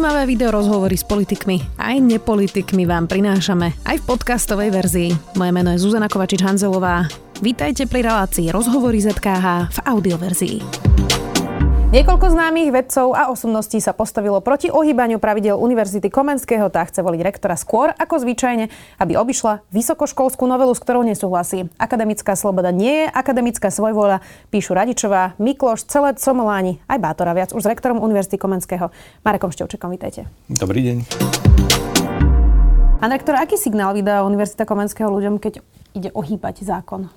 Zaujímavé video rozhovory s politikmi aj nepolitikmi vám prinášame aj v podcastovej verzii. Moje meno je Zuzana Kovačič-Hanzelová. Vítajte pri relácii Rozhovory ZKH v audioverzii. Niekoľko známych vedcov a osobností sa postavilo proti ohýbaniu pravidiel Univerzity Komenského. Tá chce voliť rektora skôr ako zvyčajne, aby obišla vysokoškolskú novelu, s ktorou nesúhlasí. Akademická sloboda nie je akademická svojvoľa, píšu Radičová, Mikloš, Celec, Somoláni aj Bátora. Viac už s rektorom Univerzity Komenského Marekom Števčekom. Vítajte. Dobrý deň. Pán rektor, aký signál vydá Univerzita Komenského ľuďom, keď ide ohýbať zákon?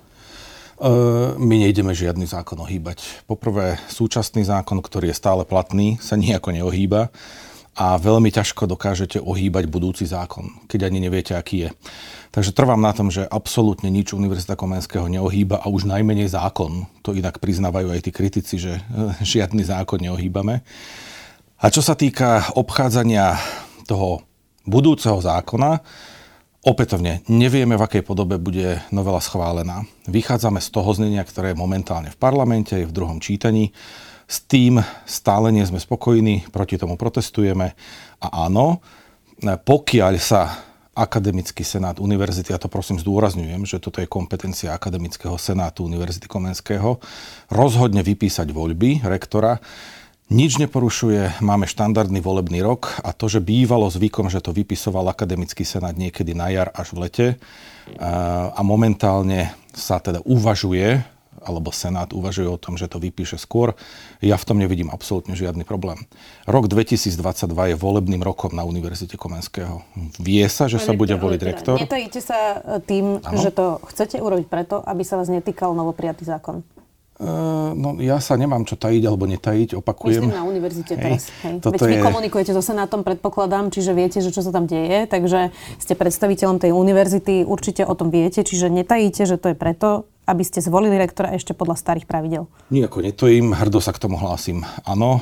My nejdeme žiadny zákon ohýbať. Poprvé, súčasný zákon, ktorý je stále platný, sa nijako neohýba a veľmi ťažko dokážete ohýbať budúci zákon, keď ani neviete, aký je. Takže trvám na tom, že absolútne nič Univerzita Komenského neohýba a už najmenej zákon. To inak priznávajú aj tí kritici, že žiadny zákon neohýbame. A čo sa týka obchádzania toho budúceho zákona, opätovne, nevieme, v akej podobe bude novela schválená. Vychádzame z toho znenia, ktoré je momentálne v parlamente, je v druhom čítaní. S tým stále nie sme spokojní, proti tomu protestujeme. A áno, pokiaľ sa Akademický senát univerzity, a to prosím zdôrazňujem, že toto je kompetencia Akademického senátu Univerzity Komenského, rozhodne vypísať voľby rektora, nič neporušuje, máme štandardný volebný rok a to, že bývalo zvykom, že to vypisoval Akademický senát niekedy na jar až v lete a momentálne sa teda uvažuje, alebo senát uvažuje o tom, že to vypíše skôr, ja v tom nevidím absolútne žiadny problém. Rok 2022 je volebným rokom na Univerzite Komenského. Vie sa, že sa bude voliť rektor? Netajíte sa tým, že to chcete urobiť preto, aby sa vás netýkal novoprijatý zákon? No ja sa nemám čo tajiť alebo netajiť, opakujem. Myslím na univerzite teraz. Veď vy komunikujete so senátom, predpokladám, čiže viete, že čo sa tam deje, takže ste predstaviteľom tej univerzity, určite o tom viete, čiže netajíte, že to je preto, aby ste zvolili rektora ešte podľa starých pravidel. Nijako netojím, hrdo sa k tomu hlásim. Áno,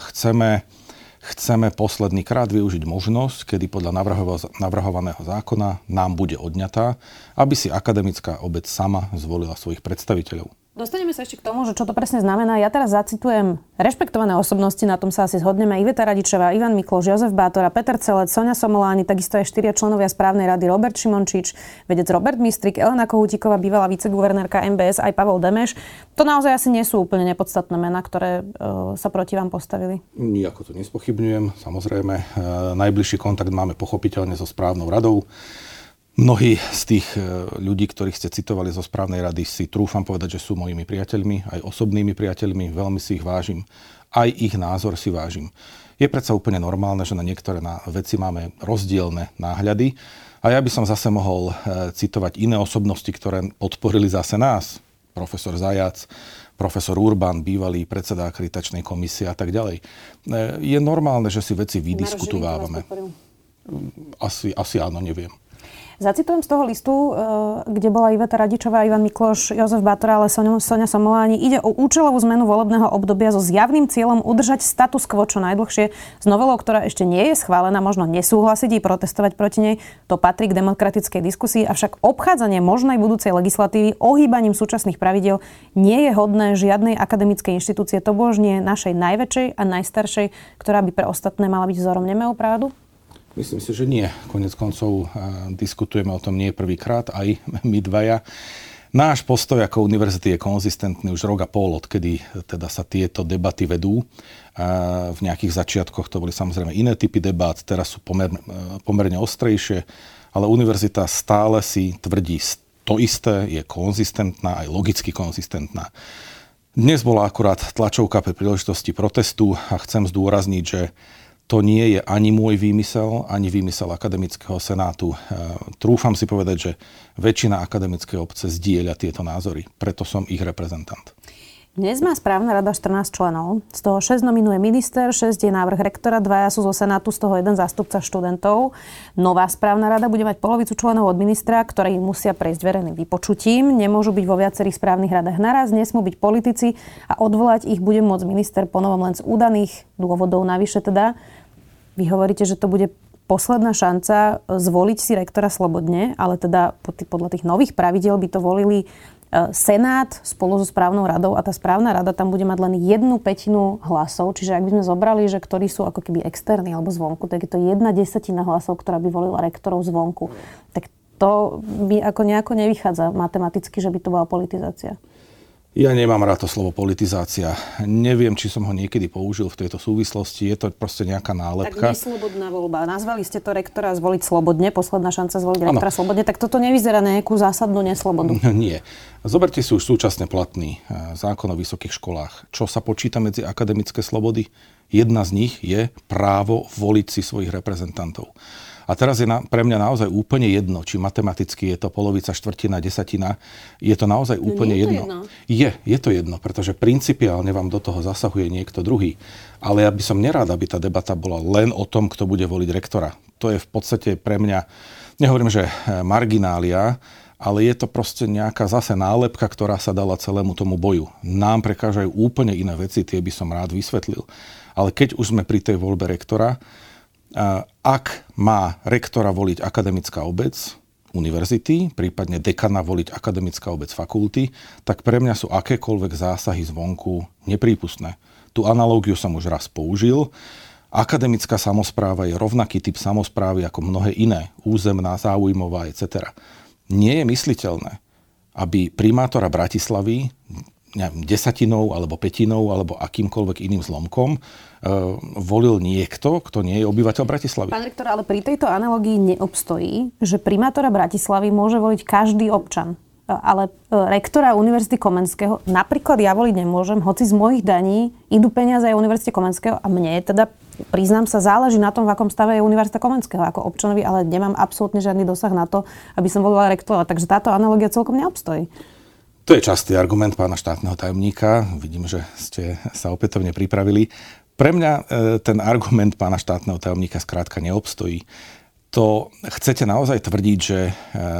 chceme posledný krát využiť možnosť, kedy podľa navrhovaného zákona nám bude odňatá, aby si akademická obec sama zvolila svojich predstaviteľov. Dostaneme sa ešte k tomu, že čo to presne znamená. Ja teraz zacitujem rešpektované osobnosti, na tom sa asi zhodneme. Iveta Radičová, Ivan Mikloš, Jozef Bátora, Peter Celec, Soňa Somoláni, takisto aj 4 členovia správnej rady, Robert Šimončič, vedec Robert Mistrik, Elena Kohútiková, bývalá viceguvernérka MBS, aj Pavel Demeš. To naozaj asi nie sú úplne nepodstatné mená, ktoré sa proti vám postavili. Nijako to nespochybňujem, samozrejme. Najbližší kontakt máme pochopiteľne so správnou radou. Mnohí z tých ľudí, ktorých ste citovali zo správnej rady, si trúfam povedať, že sú mojimi priateľmi, aj osobnými priateľmi, veľmi si ich vážim. Aj ich názor si vážim. Je predsa úplne normálne, že na niektoré veci máme rozdielne náhľady. A ja by som zase mohol citovať iné osobnosti, ktoré podporili zase nás. Profesor Zajac, profesor Urban, bývalý predseda akreditačnej komisie a tak ďalej. Je normálne, že si veci vydiskutovávame. Asi áno, neviem. Zacitujem z toho listu, kde bola Iveta Radičová, Ivan Mikloš, Jozef Bátora, ale Soňa Somoláni. Ide o účelovú zmenu volebného obdobia so zjavným cieľom udržať status quo čo najdlhšie s novelou, ktorá ešte nie je schválená, možno nesúhlasiť i protestovať proti nej. To patrí k demokratickej diskusii, avšak obchádzanie možnej budúcej legislatívy ohýbaním súčasných pravidiel nie je hodné žiadnej akademickej inštitúcie, tobož nie našej najväčšej a najstaršej, ktorá by pre ostatné mala byť vzorom. Nemáme pravdu? Myslím si, že nie. Konec koncov diskutujeme o tom nie prvýkrát, aj my dvaja. Náš postoj ako univerzity je konzistentný už rok a pol, odkedy teda sa tieto debaty vedú. V nejakých začiatkoch to boli samozrejme iné typy debát, teraz sú pomerne ostrejšie, ale univerzita stále si tvrdí to isté, je konzistentná, aj logicky konzistentná. Dnes bola akurát tlačovka pri príležitosti protestu a chcem zdôrazniť, že to nie je ani môj výmysel, ani výmysel Akademického senátu. Trúfam si povedať, že väčšina akademickej obce zdieľa tieto názory. Preto som ich reprezentant. Dnes má správna rada 14 členov. Z toho 6 nominuje minister, 6 je návrh rektora, 2 sú zo senátu, z toho 1 zástupca študentov. Nová správna rada bude mať polovicu členov od ministra, ktorí musia prejsť verejným vypočutím. Nemôžu byť vo viacerých správnych radách naraz, nesmú byť politici a odvolať ich bude môcť minister ponovom len z údaných dôvodov. Navyše teda vy hovoríte, že to bude posledná šanca zvoliť si rektora slobodne, ale teda podľa tých nových pravidiel by to volili Senát spolu so správnou radou a tá správna rada tam bude mať len 1/5 hlasov, čiže ak by sme zobrali, že ktorí sú ako keby externí alebo zvonku, tak je to 1/10 hlasov, ktorá by volila rektorov zvonku. Tak to by ako nejako nevychádza matematicky, že by to bola politizácia. Ja nemám rád to slovo politizácia. Neviem, či som ho niekedy použil v tejto súvislosti. Je to proste nejaká nálepka. Tak neslobodná voľba. Nazvali ste to rektora zvoliť slobodne, posledná šanca zvoliť rektora slobodne, tak toto nevyzerá na nejakú zásadnú neslobodu. Nie. Zoberte si už súčasne platný zákon o vysokých školách. Čo sa počíta medzi akademické slobody? Jedna z nich je právo voliť si svojich reprezentantov. A teraz je pre mňa naozaj úplne jedno, či matematicky je to polovica, štvrtina, desatina. Je to naozaj úplne jedno. Je to jedno, pretože principiálne vám do toho zasahuje niekto druhý. Ale ja by som nerád, aby tá debata bola len o tom, kto bude voliť rektora. To je v podstate pre mňa, nehovorím, že marginália, ale je to proste nejaká zase nálepka, ktorá sa dala celému tomu boju. Nám prekážajú úplne iné veci, tie by som rád vysvetlil. Ale keď už sme pri tej voľbe rektora, ak má rektora voliť akademická obec, univerzity, prípadne dekana voliť akademická obec fakulty, tak pre mňa sú akékoľvek zásahy zvonku neprípustné. Tú analógiu som už raz použil. Akademická samospráva je rovnaký typ samosprávy ako mnohé iné, územná, záujmová, etc. Nie je mysliteľné, aby primátora Bratislavy desatinou alebo pätinou alebo akýmkoľvek iným zlomkom volil niekto, kto nie je obyvateľ Bratislavy. Pán rektor, ale pri tejto analógii neobstojí, že primátora Bratislavy môže voliť každý občan. Ale rektora Univerzity Komenského napríklad ja voliť nemôžem, hoci z mojich daní idú peniaze aj Univerzity Komenského a mne teda, priznám sa, záleží na tom, v akom stave je Univerzita Komenského ako občanovi, ale nemám absolútne žiadny dosah na to, aby som volila rektora. Takže táto analógia celkom neobstojí. To je častý argument pána štátneho tajomníka. Vidím, že ste sa opätovne pripravili. Pre mňa ten argument pána štátneho tajomníka skrátka neobstojí. To chcete naozaj tvrdiť, že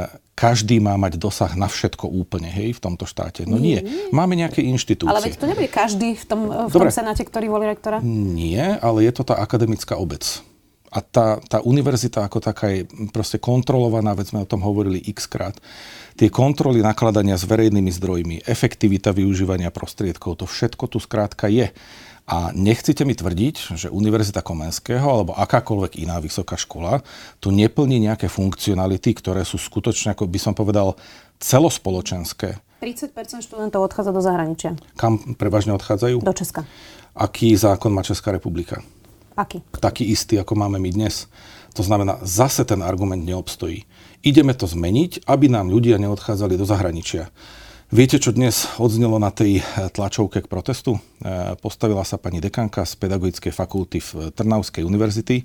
každý má mať dosah na všetko úplne, hej, v tomto štáte? No nie. Máme nejaké inštitúcie. Ale veď to nebude každý v tom senáte, ktorý volí rektora? Nie, ale je to tá akademická obec. A tá univerzita ako taká je proste kontrolovaná, veď sme o tom hovorili x-krát. Tie kontroly nakladania s verejnými zdrojmi, efektivita využívania prostriedkov, to všetko tu skrátka je. A nechcete mi tvrdiť, že Univerzita Komenského alebo akákoľvek iná vysoká škola tu neplní nejaké funkcionality, ktoré sú skutočne, ako by som povedal, celospoločenské. 30% študentov odchádza do zahraničia. Kam prevažne odchádzajú? Do Česka. Aký zákon má Česká republika? Aký? Taký istý, ako máme my dnes. To znamená, zase ten argument neobstojí. Ideme to zmeniť, aby nám ľudia neodchádzali do zahraničia. Viete, čo dnes odznelo na tej tlačovke k protestu? Postavila sa pani dekanka z Pedagogickej fakulty v Trnavskej univerzity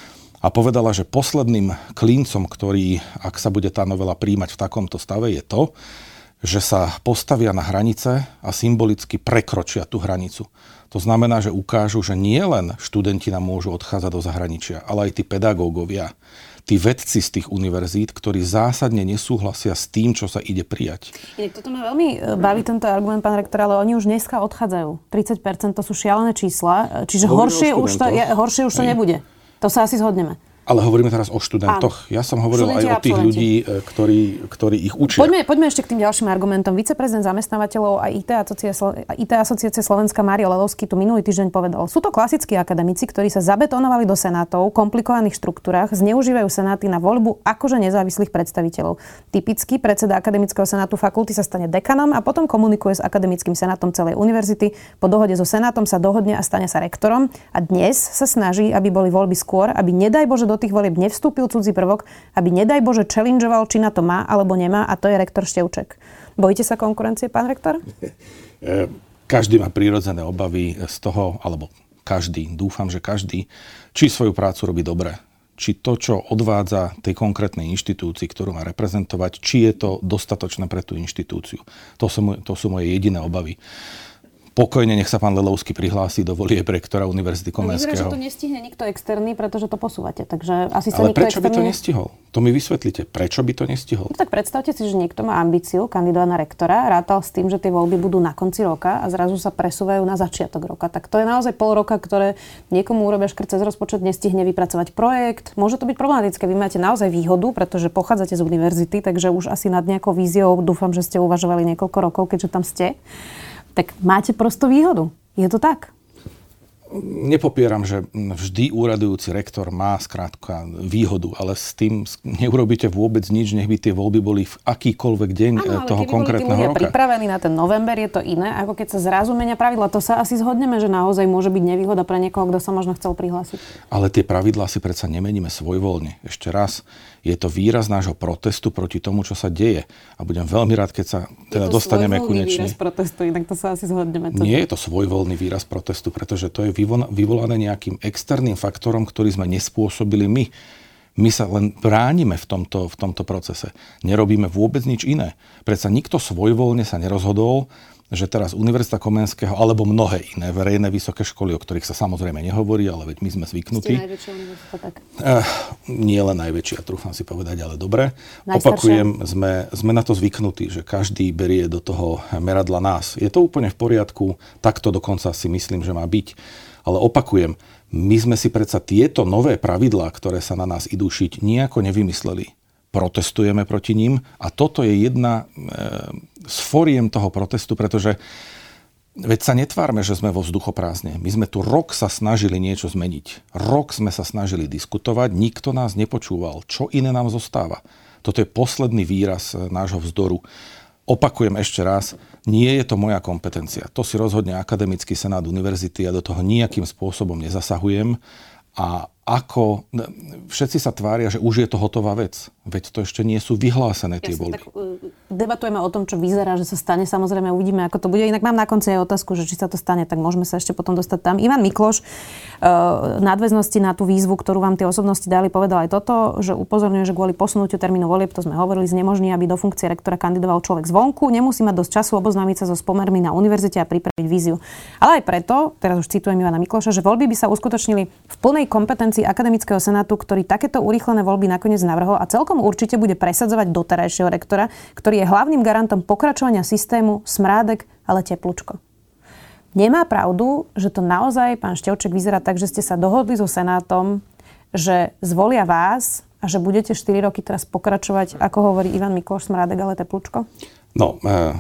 a povedala, že posledným klincom, ktorý, ak sa bude tá novela príjmať v takomto stave, je to, že sa postavia na hranice a symbolicky prekročia tú hranicu. To znamená, že ukážu, že nie len študenti nám môžu odchádzať do zahraničia, ale aj tí pedagógovia, tí vedci z tých univerzít, ktorí zásadne nesúhlasia s tým, čo sa ide prijať. Toto ma veľmi baví tento argument, pán rektor, ale oni už dneska odchádzajú. 30% to sú šialené čísla, čiže horšie už to nebude. To sa asi zhodneme. Ale hovoríme teraz o študentoch. Ja som hovoril aj o tých ľudí, ktorí ich učia. Poďme ešte k tým ďalším argumentom. Viceprezident zamestnávateľov a IT asociácie Slovenska Mário Lelovský tu minulý týždeň povedal: sú to klasickí akademici, ktorí sa zabetonovali do senátov, komplikovaných štruktúrach, zneužívajú senáty na voľbu akože nezávislých predstaviteľov. Typicky predseda akademického senátu fakulty sa stane dekanom a potom komunikuje s akademickým senátom celej univerzity. Po dohode so senátom sa dohodne a stane sa rektorom. A dnes sa snaží, aby boli voľby skôr, aby nedaj Bože do tých volieb nevstúpil cudzí prvok, aby nedaj Bože challengeoval, či na to má alebo nemá, a to je rektor Števček. Bojíte sa konkurencie, pán rektor? Každý má prirodzené obavy z toho, alebo dúfam, že každý, či svoju prácu robí dobre. Či to, čo odvádza tej konkrétnej inštitúcii, ktorú má reprezentovať, či je to dostatočné pre tú inštitúciu. To sú moje jediné obavy. pokojne nech sa pán Lelovský prihlási do volieb rektora Univerzity Komenského. Vyzerá, že to nestihne nikto externý, pretože to posúvate. Takže asi sa ale nikto prečo externý... by to nestihol? To mi vysvetlite. Prečo by to nestihol? No tak predstavte si, že niekto má ambíciu kandidovať na rektora, rátal s tým, že tie voľby budú na konci roka a zrazu sa presúvajú na začiatok roka. Tak to je naozaj pol roka, ktoré niekomu urobia škrt cez rozpočet, nestihne vypracovať projekt. Môže to byť problematické. Vy máte naozaj výhodu, pretože pochádzate z univerzity, takže už asi nad nejakou víziou dúfam, že ste uvažovali niekoľko rokov, keďže tam ste. Tak máte prosto výhodu. Je to tak? Nepopieram, že vždy úradujúci rektor má skrátka výhodu, ale s tým neurobíte vôbec nič, nech by tie voľby boli v akýkoľvek deň toho konkrétneho roka. Ale keby boli tí ľudia pripravení na ten november, je to iné, ako keď sa zrazu menia pravidla. To sa asi zhodneme, že naozaj môže byť nevýhoda pre niekoho, kto sa možno chcel prihlásiť. Ale tie pravidlá si predsa nemeníme svojvoľne. Ešte raz, je to výraz nášho protestu proti tomu, čo sa deje. A budem veľmi rád, keď sa teda dostaneme konečne. Je to svojvoľný výraz protestu, inak to sa asi zhodneme. Nie je to svojvoľný výraz protestu, pretože to je vyvolané nejakým externým faktorom, ktorý sme nespôsobili my. My sa len bránime v tomto procese. Nerobíme vôbec nič iné. Predsa nikto svojvoľne sa nerozhodol, že teraz Univerzita Komenského alebo mnohé iné verejné vysoké školy, o ktorých sa samozrejme nehovorí, ale veď my sme zvyknutí. Ste najväčšia univerzita, tak? Nie len najväčšia, trúfam si povedať, ale dobre. Opakujem, sme na to zvyknutí, že každý berie do toho meradla nás. Je to úplne v poriadku, takto dokonca si myslím, že má byť. Ale opakujem, my sme si predsa tieto nové pravidlá, ktoré sa na nás idú šiť, nejako nevymysleli. Protestujeme proti ním a toto je jedna z foriem toho protestu, pretože veď sa netvárme, že sme vo vzduchoprázdne. My sme tu rok sa snažili niečo zmeniť. Rok sme sa snažili diskutovať, nikto nás nepočúval. Čo iné nám zostáva? Toto je posledný výraz nášho vzdoru. Opakujem ešte raz, nie je to moja kompetencia. To si rozhodne akademický senát univerzity a do toho nejakým spôsobom nezasahujem. A ako všetci sa tvária, že už je to hotová vec. Veď to ešte nie sú vyhlásené tie voľby. Tak debatujeme o tom, čo vyzerá, že sa stane. Samozrejme uvidíme, ako to bude. Inak mám na konci aj otázku, že či sa to stane, tak môžeme sa ešte potom dostať tam. Ivan Mikloš nadväznosti na tú výzvu, ktorú vám tie osobnosti dali, povedal aj toto, že upozorňuje, že kvôli posunutiu termínu volieb, to sme hovorili, znemožní, aby do funkcie rektora kandidoval človek zvonku, nemusí mať dosť času oboznámiť sa so spomermi na univerzite a pripraviť víziu. Ale aj preto, teraz už citujem Ivana Mikloša, že voľby by sa uskutočnili v plnej kompetencii akademického senátu, ktorý takéto urýchlené voľby nakoniec navrhol a celkom určite bude presadzovať doterajšieho rektora, ktorý je hlavným garantom pokračovania systému Smrádek, ale Teplúčko. Nemá pravdu, že to naozaj, pán Števček, vyzerá tak, že ste sa dohodli so senátom, že zvolia vás a že budete 4 roky teraz pokračovať, ako hovorí Ivan Mikloš, Smrádek, ale Teplúčko? No,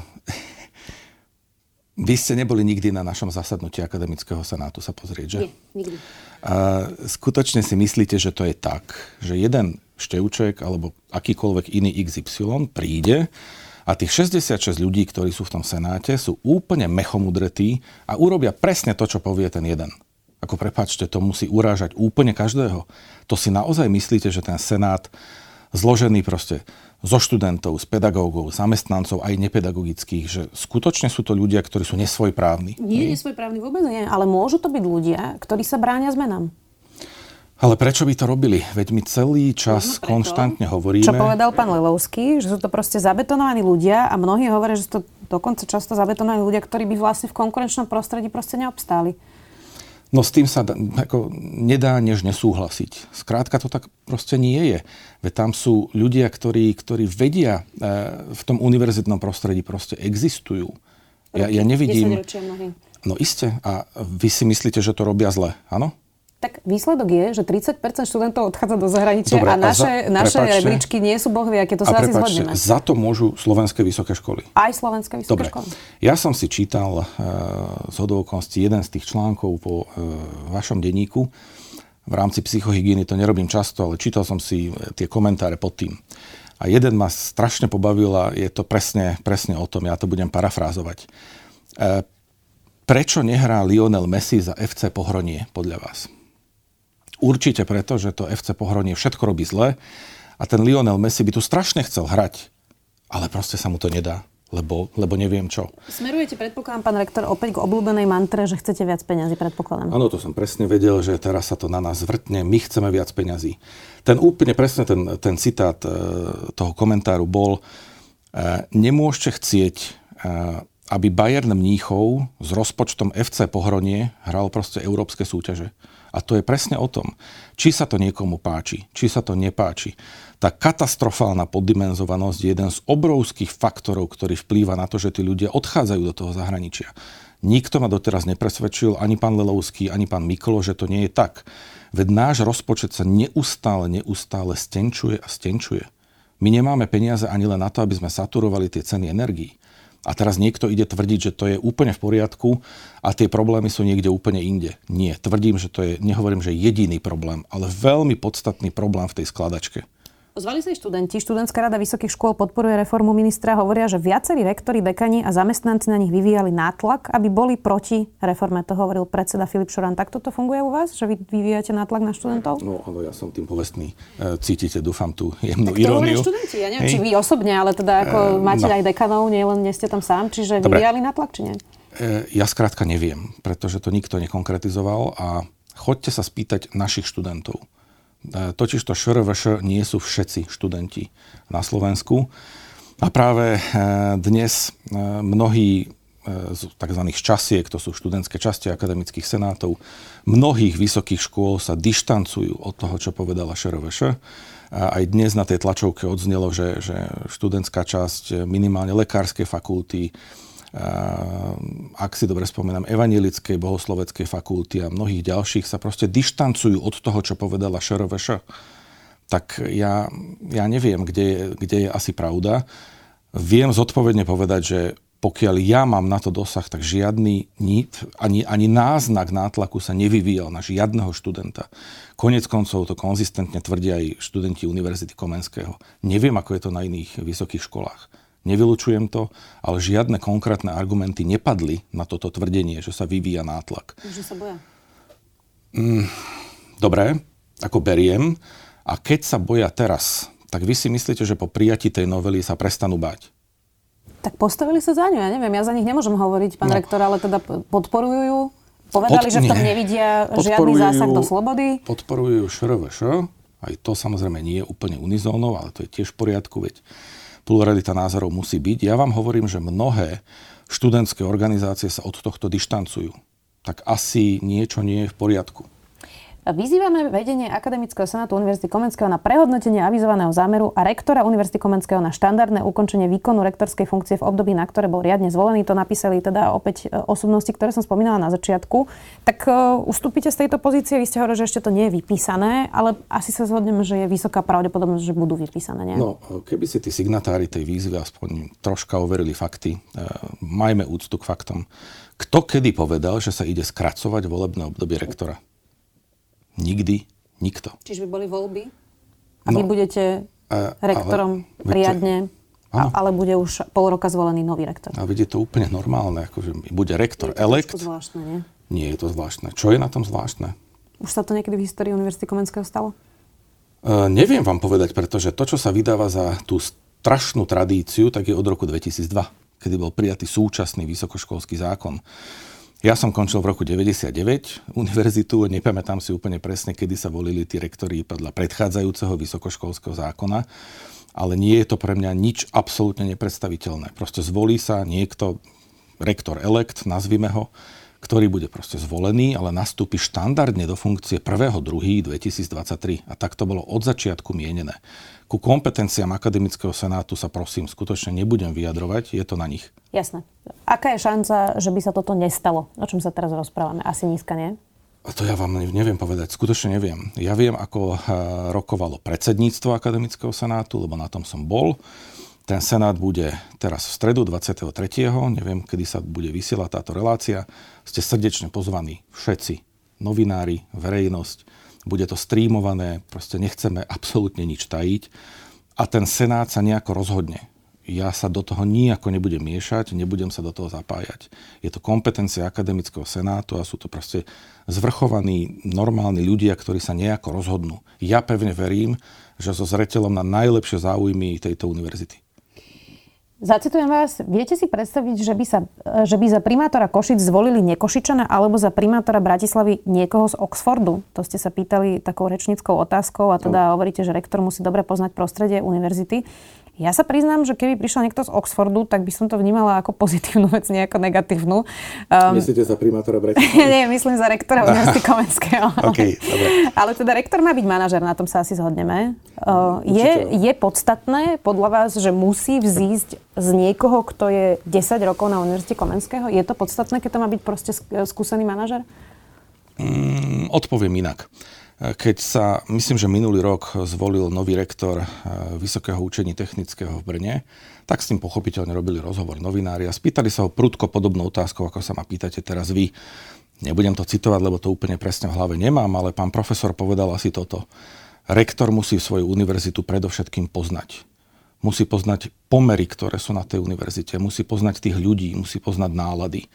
vy ste neboli nikdy na našom zasadnutí akademického senátu sa pozrieť, že? Nie, nikdy. Skutočne si myslíte, že to je tak, že jeden Števček alebo akýkoľvek iný XY príde a tých 66 ľudí, ktorí sú v tom senáte, sú úplne mechomudretí a urobia presne to, čo povie ten jeden. Ako prepáčte, to musí urážať úplne každého. To si naozaj myslíte, že ten senát zložený proste zo študentov, z pedagógov, zamestnancov aj nepedagogických, že skutočne sú to ľudia, ktorí sú nesvojprávni. Nie, nesvojprávni vôbec nie, ale môžu to byť ľudia, ktorí sa bránia zmenám. Ale prečo by to robili? Veď my celý čas konštantne hovoríme... Čo povedal pán Lelovský, že sú to proste zabetonovaní ľudia a mnohí hovoria, že sú to dokonca často zabetonovaní ľudia, ktorí by vlastne v konkurenčnom prostredí proste neobstáli. No s tým sa nedá než nesúhlasiť. Skrátka to tak proste nie je. Veď tam sú ľudia, ktorí vedia v tom univerzitnom prostredí proste existujú. Ja nevidím... 10 ročia mnohí. No iste. A vy si myslíte, že to robia zle, áno? Tak výsledok je, že 30% študentov odchádza do zahraničia. Dobre, a naše rebríčky nie sú bohvie, aké to sa asi zhodneme. Za to môžu slovenské vysoké školy. Aj slovenské vysoké školy. Ja som si čítal zhodou okolností jeden z tých článkov po vašom denníku. V rámci psychohygieny to nerobím často, ale čítal som si tie komentáre pod tým. A jeden ma strašne pobavil a je to presne o tom. Ja to budem parafrázovať. Prečo nehrá Lionel Messi za FC Pohronie podľa vás? Určite preto, že to FC Pohronie všetko robí zle a ten Lionel Messi by tu strašne chcel hrať, ale proste sa mu to nedá, lebo neviem čo. Smerujete, predpokladám, pán rektor, opäť k obľúbenej mantre, že chcete viac peňazí, predpokladám. Áno, to som presne vedel, že teraz sa to na nás vrtne, my chceme viac peňazí. Ten úplne presne ten citát toho komentáru bol, nemôžete chcieť aby Bayern Mníchov s rozpočtom FC Pohronie hral proste európske súťaže. A to je presne o tom, či sa to niekomu páči, či sa to nepáči. Tá katastrofálna poddimenzovanosť je jeden z obrovských faktorov, ktorý vplýva na to, že tí ľudia odchádzajú do toho zahraničia. Nikto ma doteraz nepresvedčil, ani pán Lelovský, ani pán Miklo, že to nie je tak. Veď náš rozpočet sa neustále stenčuje a stenčuje. My nemáme peniaze ani len na to, aby sme saturovali tie ceny energií. A teraz niekto ide tvrdiť, že to je úplne v poriadku a tie problémy sú niekde úplne inde. Nie, tvrdím, že to je, nehovorím, že jediný problém, ale veľmi podstatný problém v tej skladačke. Ozvali sa aj študenti. Študentská rada vysokých škôl podporuje reformu ministra. Hovoria, že viacerí rektori, dekani a zamestnanci na nich vyvíjali nátlak, aby boli proti reforme. To hovoril predseda Filip Šoran. Tak toto funguje u vás, že vy vyvíjate nátlak na študentov? No, ale ja som tým povestný. Cítite, dúfam, tú jemnú tak iróniu. Tak to študenti, ja neviem, či vy osobne, ale teda ako máte aj dekanov, nie len ste tam sám, čiže vyvíjali nátlak, či nie? Ja skrátka neviem, pretože to nikto nekonkretizoval a choďte sa spýtať našich študentov. Totižto ŠRVŠ nie sú všetci študenti na Slovensku. A práve dnes mnohí z tzv. Časiek, to sú študentské časti akademických senátov, mnohých vysokých škôl sa dištancujú od toho, čo povedala ŠRVŠ. Aj dnes na tej tlačovke odznelo, že študentská časť minimálne lekárskej fakulty, ak si dobre spomínam, Evanjelickej bohosloveckej fakulty a mnohých ďalších sa proste dištancujú od toho, čo povedala ŠRVŠ. Tak ja neviem, kde je asi pravda. Viem zodpovedne povedať, že pokiaľ ja mám na to dosah, tak žiadny ani náznak nátlaku sa nevyvíjal na žiadneho študenta. Koniec koncov to konzistentne tvrdia aj študenti Univerzity Komenského. Neviem, ako je to na iných vysokých školách. Nevylučujem to, ale žiadne konkrétne argumenty nepadli na toto tvrdenie, že sa vyvíja nátlak. Že sa boja? Dobre, ako beriem. A keď sa boja teraz, tak vy si myslíte, že po prijatí tej novely sa prestanú báť? Tak postavili sa za ňu, ja neviem, ja za nich nemôžem hovoriť, pán rektor, ale teda podporujú ju. Povedali, že v tom nevidia žiadny zásah do slobody. Podporujú ŠRVŠ, aj to samozrejme nie je úplne unizónov, ale to je tiež v poriadku, veď pluralita názorov musí byť. Ja vám hovorím, že mnohé študentské organizácie sa od tohto dištancujú. Tak asi niečo nie je v poriadku. Vyzývame vedenie Akademického senátu Univerzity Komenského na prehodnotenie avizovaného zámeru a rektora Univerzity Komenského na štandardné ukončenie výkonu rektorskej funkcie v období, na ktoré bol riadne zvolený. To napísali teda opäť osobnosti, ktoré som spomínala na začiatku. Tak ustúpite z tejto pozície? Vy ste hovorili, že ešte to nie je vypísané, ale asi sa zhodneme, že je vysoká pravdepodobnosť, že budú vypísané, nie? No, keby si tí signatári tej výzvy aspoň troška overili fakty, majme úctu k faktom. Kto kedy povedal, že sa ide skracovať volebné obdobie rektora? Nikdy, nikto. Čiže by boli voľby? A vy budete rektorom riadne, ale bude už pol roka zvolený nový rektor. A vidíte, to úplne normálne, akože bude rektor elekt. Je to zvláštne, nie? Nie je to zvláštne. Čo je na tom zvláštne? Už sa to niekedy v histórii Univerzity Komenského stalo? Neviem vám povedať, pretože to, čo sa vydáva za tú strašnú tradíciu, tak je od roku 2002, kedy bol prijatý súčasný vysokoškolský zákon. Ja som končil v roku 99 univerzitu, nepamätám si úplne presne, kedy sa volili tí rektori podľa predchádzajúceho vysokoškolského zákona, ale nie je to pre mňa nič absolútne nepredstaviteľné. Proste zvolí sa niekto, rektor elekt, nazvime ho, ktorý bude proste zvolený, ale nastúpi štandardne do funkcie 1.2.2023. A tak to bolo od začiatku mienené. Ku kompetenciám Akademického senátu sa prosím skutočne nebudem vyjadrovať, je to na nich. Jasné. Aká je šanca, že by sa toto nestalo? O čom sa teraz rozprávame? Asi nízka, nie? A to ja vám neviem povedať, skutočne neviem. Ja viem, ako rokovalo predsedníctvo Akademického senátu, lebo na tom som bol. Ten senát bude teraz v stredu 23. Neviem, kedy sa bude vysielať táto relácia. Ste srdečne pozvaní všetci, novinári, verejnosť. Bude to streamované, proste nechceme absolútne nič tajiť. A ten senát sa nejako rozhodne. Ja sa do toho nijako nebudem miešať, nebudem sa do toho zapájať. Je to kompetencia Akademického senátu a sú to proste zvrchovaní, normálni ľudia, ktorí sa nejako rozhodnú. Ja pevne verím, že so zreteľom na najlepšie záujmy tejto univerzity. Zacitujem vás, viete si predstaviť, že by za primátora Košic zvolili nekošičana alebo za primátora Bratislavy niekoho z Oxfordu? To ste sa pýtali takou rečníckou otázkou a teda hovoríte, že rektor musí dobre poznať prostredie univerzity. Ja sa priznám, že keby prišiel niekto z Oxfordu, tak by som to vnímala ako pozitívnu vec, nie ako negatívnu. Myslíte za primátora Bratislavy? Nie, myslím za rektora Univerzity Komenského. Okay, dobre. Ale teda rektor má byť manažer, na tom sa asi zhodneme. Je podstatné podľa vás, že musí vzísť z niekoho, kto je 10 rokov na Univerzite Komenského? Je to podstatné, keď to má byť proste skúsený manažer? Odpoviem inak. Keď sa, myslím, že minulý rok zvolil nový rektor Vysokého učení technického v Brne, tak s tým pochopiteľne robili rozhovor novinári a spýtali sa ho prudko podobnou otázkou, ako sa ma pýtate teraz vy. Nebudem to citovať, lebo to úplne presne v hlave nemám, ale pán profesor povedal asi toto. Rektor musí svoju univerzitu predovšetkým poznať. Musí poznať pomery, ktoré sú na tej univerzite, musí poznať tých ľudí, musí poznať nálady.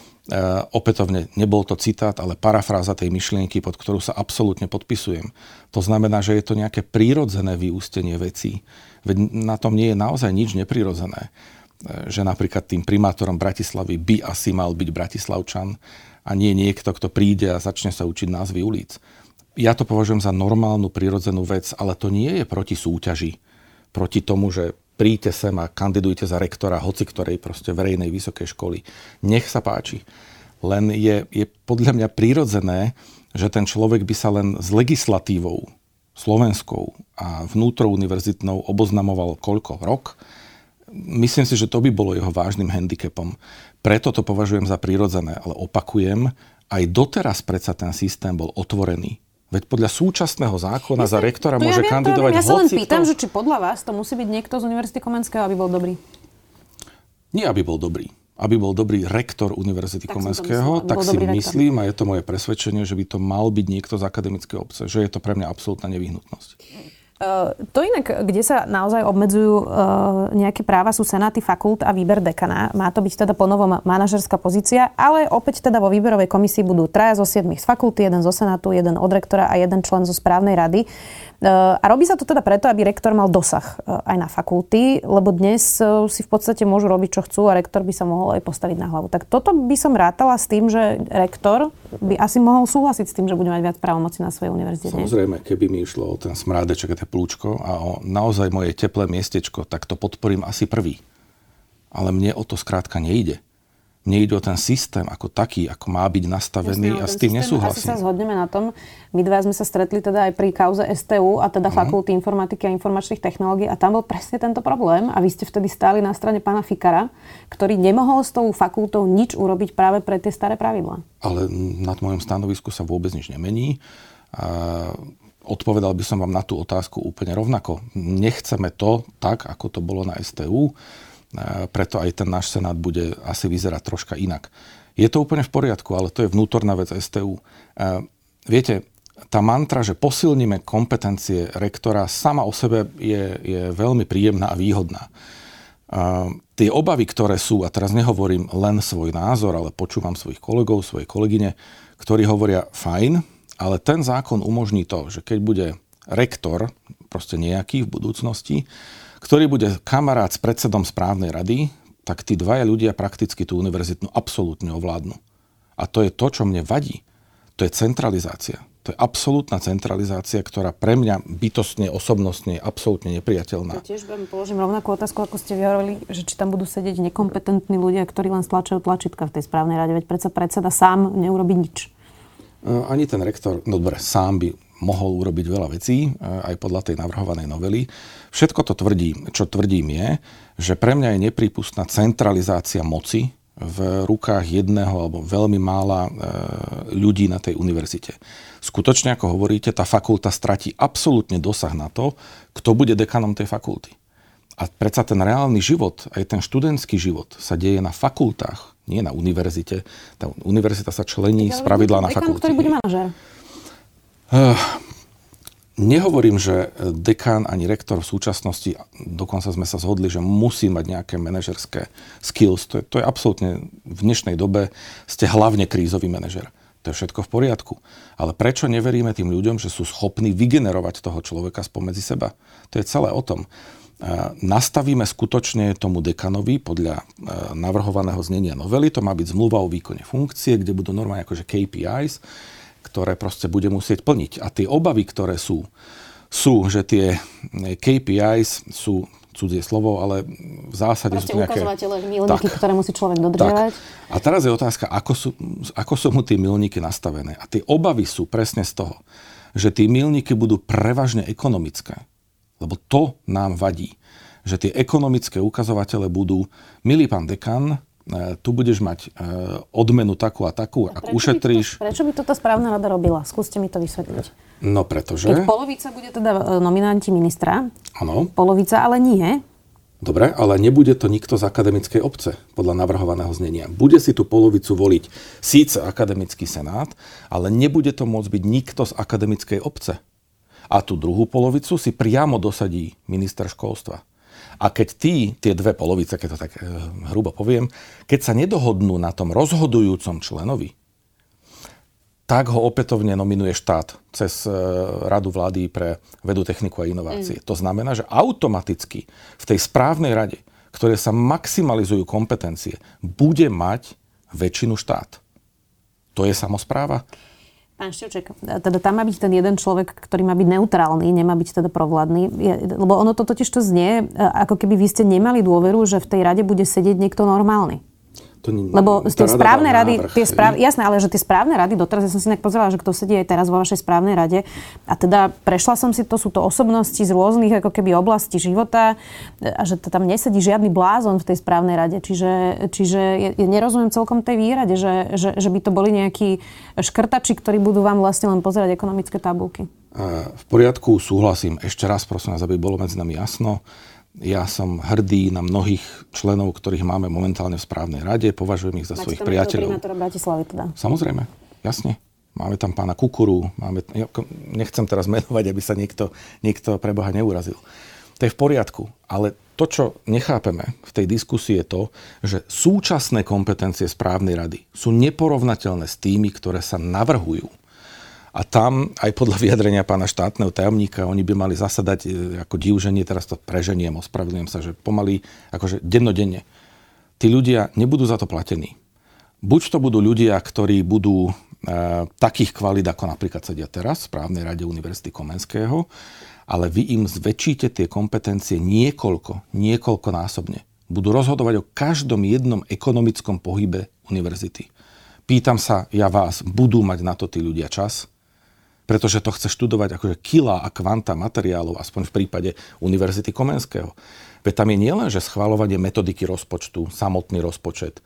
Opätovne, nebol to citát, ale parafráza tej myšlienky, pod ktorú sa absolútne podpisujem. To znamená, že je to nejaké prírodzené vyústenie vecí. Veď na tom nie je naozaj nič neprirodzené. Že napríklad tým primátorom Bratislavy by asi mal byť Bratislavčan a nie niekto, kto príde a začne sa učiť názvy ulic. Ja to považujem za normálnu, prirodzenú vec, ale to nie je proti súťaži. Proti tomu, že príďte sem a kandidujte za rektora hoci ktorej proste verejnej vysokej školy. Nech sa páči. Len je podľa mňa prirodzené, že ten človek by sa len s legislatívou slovenskou a vnútrouniverzitnou oboznamoval koľko? Rok? Myslím si, že to by bolo jeho vážnym handicapom. Preto to považujem za prirodzené, ale opakujem, aj doteraz predsa ten systém bol otvorený. Veď podľa súčasného zákona za rektora môže kandidovať hoci. Ja sa len pýtam, že či podľa vás to musí byť niekto z Univerzity Komenského, aby bol dobrý? Nie, aby bol dobrý. Aby bol dobrý rektor Univerzity Komenského, tak si myslím, a je to moje presvedčenie, že by to mal byť niekto z akademickej obce. Že je to pre mňa absolútna nevyhnutnosť. To inak, kde sa naozaj obmedzujú nejaké práva, sú senáty fakult a výber dekana. Má to byť teda ponovom manažerská pozícia, ale opäť teda vo výberovej komisii budú 3 zo 7 z fakulty, 1 zo senátu, 1 od rektora a 1 člen zo správnej rady. A robí sa to teda preto, aby rektor mal dosah aj na fakulty, lebo dnes si v podstate môžu robiť, čo chcú a rektor by sa mohol aj postaviť na hlavu. Tak toto by som rátala s tým, že rektor by asi mohol súhlasiť s tým, že bude mať viac právomoci na svojej univerzite. Samozrejme, keby mi išlo o ten smrádeček a tie plúčko a o naozaj moje teplé miestečko, tak to podporím asi prvý. Ale mne o to skrátka nejde. Mne ide o ten systém ako taký, ako má byť nastavený. Jasne, a s tým nesúhlasím. Asi sa zhodneme na tom. My dva sme sa stretli teda aj pri kauze STU a teda Fakulty informatiky a informačných technológií a tam bol presne tento problém a vy ste vtedy stáli na strane pána Fikara, ktorý nemohol s tou fakultou nič urobiť práve pre tie staré pravidlá. Ale nad mojom stanovisku sa vôbec nič nemení. Odpovedal by som vám na tú otázku úplne rovnako. Nechceme to tak, ako to bolo na STU. Preto aj ten náš senát bude asi vyzerať troška inak. Je to úplne v poriadku, ale to je vnútorná vec STU. Viete, tá mantra, že posilníme kompetencie rektora, sama o sebe je veľmi príjemná a výhodná. Tie obavy, ktoré sú, a teraz nehovorím len svoj názor, ale počúvam svojich kolegov, svoje kolegyne, ktorí hovoria fajn, ale ten zákon umožní to, že keď bude rektor, proste nejaký v budúcnosti, ktorý bude kamarát s predsedom správnej rady, tak tí dvaja ľudia prakticky tú univerzitnú absolútne ovládnu. A to je to, čo mne vadí. To je centralizácia. To je absolútna centralizácia, ktorá pre mňa bytostne, osobnostne je absolútne nepriateľná. Ja tiež vám položím rovnakú otázku, ako ste vyhovorili, že či tam budú sedieť nekompetentní ľudia, ktorí len stlačajú tlačítka v tej správnej rade. Veď predsa predseda sám neurobí nič. Ani ten rektor, dobre, sám by mohol urobiť veľa vecí, aj podľa tej navrhovanej novely. Všetko to tvrdím. Čo tvrdím je, že pre mňa je neprípustná centralizácia moci v rukách jedného alebo veľmi mála ľudí na tej univerzite. Skutočne, ako hovoríte, tá fakulta stratí absolútne dosah na to, kto bude dekanom tej fakulty. A predsa ten reálny život, aj ten študentský život sa deje na fakultách, nie na univerzite. Tá univerzita sa člení spravidla na fakulty. Ktorý bude manažér? Nehovorím, že dekán ani rektor v súčasnosti, dokonca sme sa zhodli, že musí mať nejaké manažerské skills. To je absolútne v dnešnej dobe ste hlavne krízový manažer. To je všetko v poriadku. Ale prečo neveríme tým ľuďom, že sú schopní vygenerovať toho človeka spomedzi seba? To je celé o tom. Nastavíme skutočne tomu dekanovi podľa navrhovaného znenia novely, to má byť zmluva o výkone funkcie, kde budú normálne akože KPIs, ktoré proste bude musieť plniť. A tie obavy, ktoré sú, že tie KPIs sú cudzie slovo, ale v zásade proste sú to nejaké... ukazovatele, milníky, ktoré musí človek dodržiavať. Tak. A teraz je otázka, ako sú mu tie milníky nastavené. A tie obavy sú presne z toho, že tie milníky budú prevažne ekonomické. Lebo to nám vadí. Že tie ekonomické ukazovatele budú, milý pán dekan, tu budeš mať odmenu takú a takú, ak ušetríš... Prečo by to tá správna rada robila? Skúste mi to vysvetliť. No pretože... Keď polovica bude teda nominanti ministra, áno. Polovica ale nie. Dobre, ale nebude to nikto z akademickej obce, podľa navrhovaného znenia. Bude si tú polovicu voliť síce akademický senát, ale nebude to môcť byť nikto z akademickej obce. A tú druhú polovicu si priamo dosadí minister školstva. A keď tie dve polovice, keď to tak hrubo poviem, keď sa nedohodnú na tom rozhodujúcom členovi, tak ho opätovne nominuje štát cez Radu vlády pre vedu, techniku a inovácie. To znamená, že automaticky v tej správnej rade, ktoré sa maximalizujú kompetencie, bude mať väčšinu štát. To je samospráva? Pán Števček, teda tam má byť ten jeden človek, ktorý má byť neutrálny, nemá byť teda provládny. Lebo ono to totiž to znie, ako keby vy ste nemali dôveru, že v tej rade bude sedieť niekto normálny. Lebo tie správne rady, jasné, ale že tie správne rady, doteraz ja som si inak pozerala, že kto sedí aj teraz vo vašej správnej rade a teda prešla som si to, sú to osobnosti z rôznych ako keby oblastí života a že tam nesedí žiadny blázon v tej správnej rade, čiže ja nerozumiem celkom tej výrade, že by to boli nejakí škrtači, ktorí budú vám vlastne len pozerať ekonomické tabulky. V poriadku, súhlasím. Ešte raz, prosím vás, aby bolo medzi nami jasno. Ja som hrdý na mnohých členov, ktorých máme momentálne v správnej rade. Považujem ich za svojich priateľov. Primátora Bratislavy teda. Samozrejme, jasne. Máme tam pána Kukuru. Nechcem teraz menovať, aby sa niekto pre Boha neurazil. To je v poriadku. Ale to, čo nechápeme v tej diskusii je to, že súčasné kompetencie správnej rady sú neporovnateľné s tými, ktoré sa navrhujú. A tam, aj podľa vyjadrenia pána štátneho tajomníka, oni by mali zasadať ako divženie, teraz to preženiem, ospravedlňujem sa, že pomaly, akože dennodenne. Tí ľudia nebudú za to platení. Buď to budú ľudia, ktorí budú takých kvalít, ako napríklad sedia teraz v správnej rade Univerzity Komenského, ale vy im zväčšíte tie kompetencie niekoľkonásobne. Budú rozhodovať o každom jednom ekonomickom pohybe univerzity. Pýtam sa ja vás, budú mať na to tí ľudia čas? Pretože to chce študovať akože kilá a kvanta materiálov, aspoň v prípade Univerzity Komenského. Veď tam je nielen, že schvaľovanie metodiky rozpočtu, samotný rozpočet.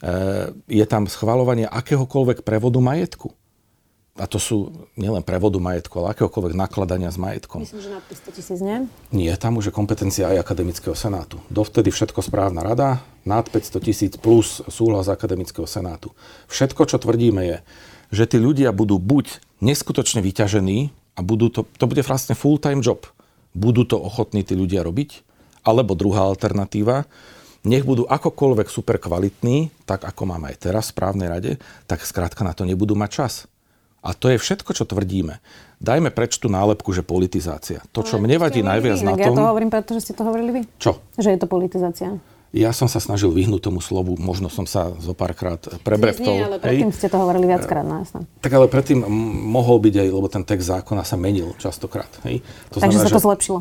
Je tam schvaľovanie akéhokoľvek prevodu majetku. A to sú nielen prevodu majetku, ale akéhokoľvek nakladania s majetkom. Myslím, že na 500 000, nie? Nie, tam už je kompetencia aj Akademického senátu. Dovtedy všetko správna rada, nad 500 000 plus súhlas Akademického senátu. Všetko, čo tvrdíme je, že tí ľudia budú buď neskutočne vyťažení a to bude vlastne full-time job. Budú to ochotní tí ľudia robiť? Alebo druhá alternatíva, nech budú akokoľvek super kvalitní, tak ako máme aj teraz v správnej rade, tak skrátka na to nebudú mať čas. A to je všetko, čo tvrdíme. Dajme preč tú nálepku, že politizácia. To, čo mne vadí najviac na tom... Ja to hovorím, pretože ste to hovorili vy. Čo? Že je to politizácia. Ja som sa snažil vyhnúť tomu slovu, možno som sa zo párkrát prebreptol. Nie, ale predtým ste to hovorili viackrát, no jasné. Tak ale predtým mohol byť aj, lebo ten text zákona sa menil častokrát. Hej? Takže sa to zlepšilo.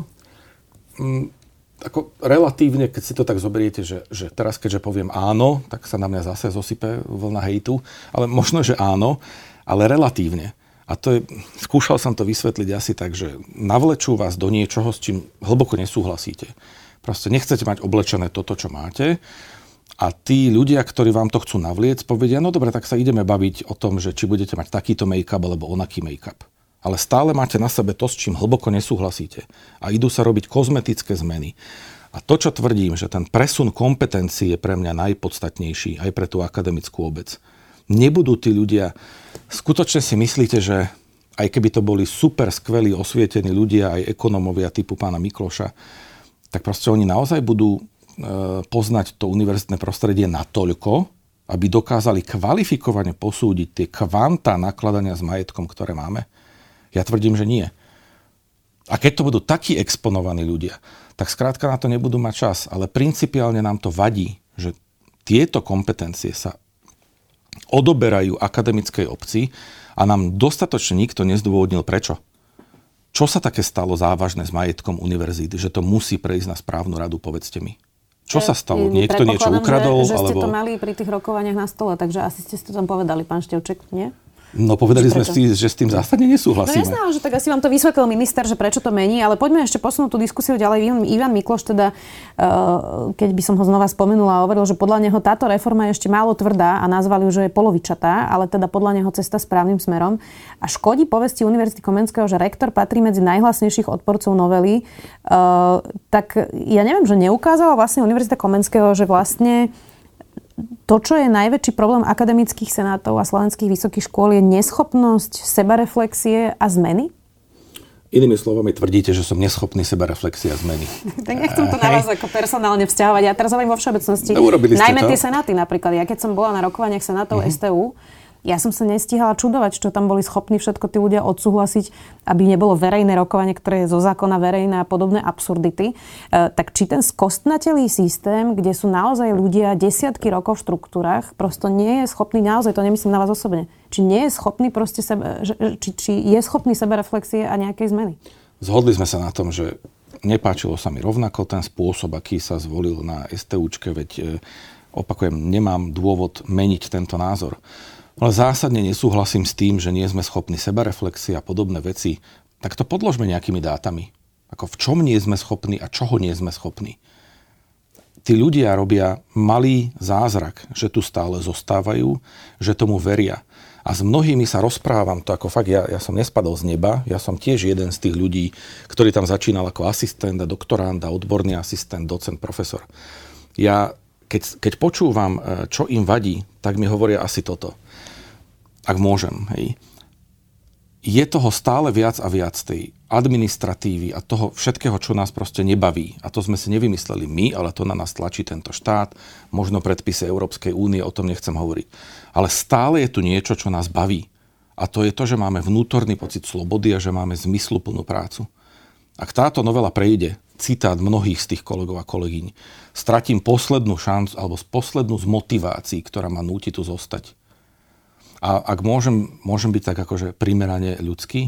Ako relatívne, keď si to tak zoberiete, že teraz keďže poviem áno, tak sa na mňa zase zosype vlna hejtu, ale možno, že áno, ale relatívne. A to je, skúšal som to vysvetliť asi tak, že navlečú vás do niečoho, s čím hlboko nesúhlasíte. Proste nechcete mať oblečené toto, čo máte. A tí ľudia, ktorí vám to chcú navliec, povedia, no dobre, tak sa ideme baviť o tom, že či budete mať takýto make-up alebo onaký make-up. Ale stále máte na sebe to, s čím hlboko nesúhlasíte. A idú sa robiť kozmetické zmeny. A to, čo tvrdím, že ten presun kompetencií je pre mňa najpodstatnejší, aj pre tú akademickú obec. Nebudú tí ľudia... Skutočne si myslíte, že aj keby to boli super skvelí, osvietení ľudia, aj ekonómovia typu pána Mikloša, tak proste oni naozaj budú poznať to univerzitné prostredie natoľko, aby dokázali kvalifikovane posúdiť tie kvantá nakladania s majetkom, ktoré máme? Ja tvrdím, že nie. A keď to budú takí exponovaní ľudia, tak skrátka na to nebudú mať čas. Ale principiálne nám to vadí, že tieto kompetencie sa odoberajú akademickej obci a nám dostatočne nikto nezdôvodnil prečo. Čo sa také stalo závažné s majetkom univerzity, že to musí prejsť na správnu radu, povedzte mi? Čo sa stalo? Niekto niečo ukradol? Že ste to mali pri tých rokovaniach na stole, takže asi ste to tam povedali, pán Števček, nie? No povedali sme si, že s tým zásadne nesúhlasíme. No jasné, že tak asi vám to vysvetlil minister, že prečo to mení, ale poďme ešte posunúť tú diskusiu ďalej. Ivan Mikloš teda, keď by som ho znova spomenula, hovoril, že podľa neho táto reforma je ešte málo tvrdá a nazvali ju, že je polovičatá, ale teda podľa neho cesta správnym smerom. A škodí povesti Univerzity Komenského, že rektor patrí medzi najhlasnejších odporcov novely. Tak ja neviem, že neukázala vlastne Univerzita Komenského, že vlastne to, čo je najväčší problém akademických senátov a slovenských vysokých škôl, je neschopnosť sebareflexie a zmeny? Inými slovami tvrdíte, že som neschopný sebareflexie a zmeny. Tak nechcem to na vás ako personálne vzťahovať. Ja teraz hovorím vo všeobecnosti. Najmä tie senáty napríklad. Ja keď som bola na rokovaniach senátov STU, ja som sa nestihala čudovať, čo tam boli schopní všetko tí ľudia odsúhlasiť, aby nebolo verejné rokovanie, ktoré je zo zákona verejné a podobné absurdity. Tak či ten skostnatelý systém, kde sú naozaj ľudia desiatky rokov v štruktúrach, prosto nie je schopný, naozaj to nemyslím na vás osobne, či nie je schopný proste či je schopný sebareflexie a nejakej zmeny? Zhodli sme sa na tom, že nepáčilo sa mi rovnako ten spôsob, aký sa zvolil na STUčke, veď opakujem, nemám dôvod meniť tento názor. Ale zásadne nesúhlasím s tým, že nie sme schopní sebareflexie a podobné veci. Tak to podložme nejakými dátami. Ako v čom nie sme schopní a čoho nie sme schopní. Tí ľudia robia malý zázrak, že tu stále zostávajú, že tomu veria. A s mnohými sa rozprávam, to ako fakt, ja som nespadol z neba, ja som tiež jeden z tých ľudí, ktorý tam začínal ako asistent a doktorant a odborný asistent, docent, profesor. Ja, keď počúvam, čo im vadí, tak mi hovoria asi toto. Ak môžem, hej. Je toho stále viac a viac tej administratívy a toho všetkého, čo nás proste nebaví. A to sme si nevymysleli my, ale to na nás tlačí tento štát, možno predpisy Európskej únie, o tom nechcem hovoriť. Ale stále je tu niečo, čo nás baví. A to je to, že máme vnútorný pocit slobody a že máme zmysluplnú prácu. Ak táto novela prejde, citát mnohých z tých kolegov a kolegyň, stratím poslednú šancu alebo poslednú z motivácií, ktorá ma núti tu zostať. A ak môžem byť tak akože primerane ľudský,